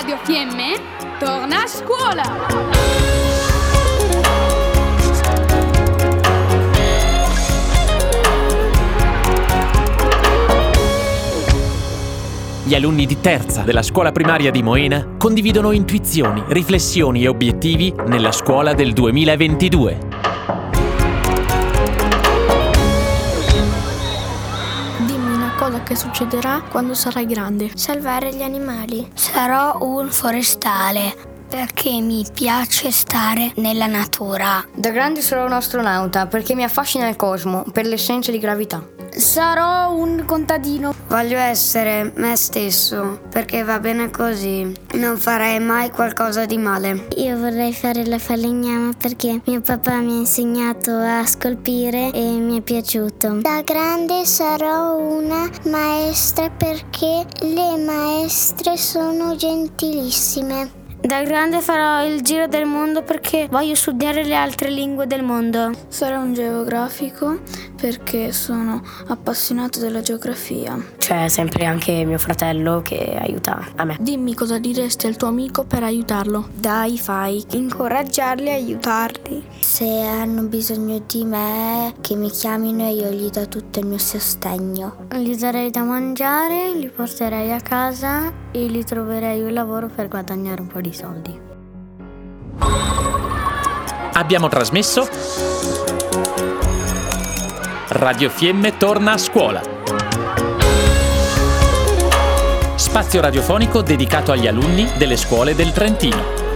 Radio Fiemme torna a scuola! Gli alunni di terza della scuola primaria di Moena condividono intuizioni, riflessioni e obiettivi nella scuola del 2022. Dimmi una cosa che succederà quando sarai grande. Salvare gli animali. Sarò un forestale perché mi piace stare nella natura. Da grande sarò un astronauta perché mi affascina il cosmo per l'essenza di gravità. Sarò un contadino. Voglio essere me stesso perché va bene così. Non farei mai qualcosa di male. Io vorrei fare la falegname perché mio papà mi ha insegnato a scolpire e mi è piaciuto. Da grande sarò una maestra perché le maestre sono gentilissime. Da grande farò il giro del mondo perché voglio studiare le altre lingue del mondo. Sarò un geografico perché sono appassionato della geografia. C'è sempre anche mio fratello che aiuta a me. Dimmi cosa diresti al tuo amico per aiutarlo. Dai, fai. Incoraggiarli e aiutarli. Se hanno bisogno di me, che mi chiamino e io gli do tutto il mio sostegno. Gli darei da mangiare, li porterei a casa e gli troverei un lavoro per guadagnare un po' di soldi. Abbiamo trasmesso Radio Fiemme torna a scuola. Spazio radiofonico dedicato agli alunni delle scuole del Trentino.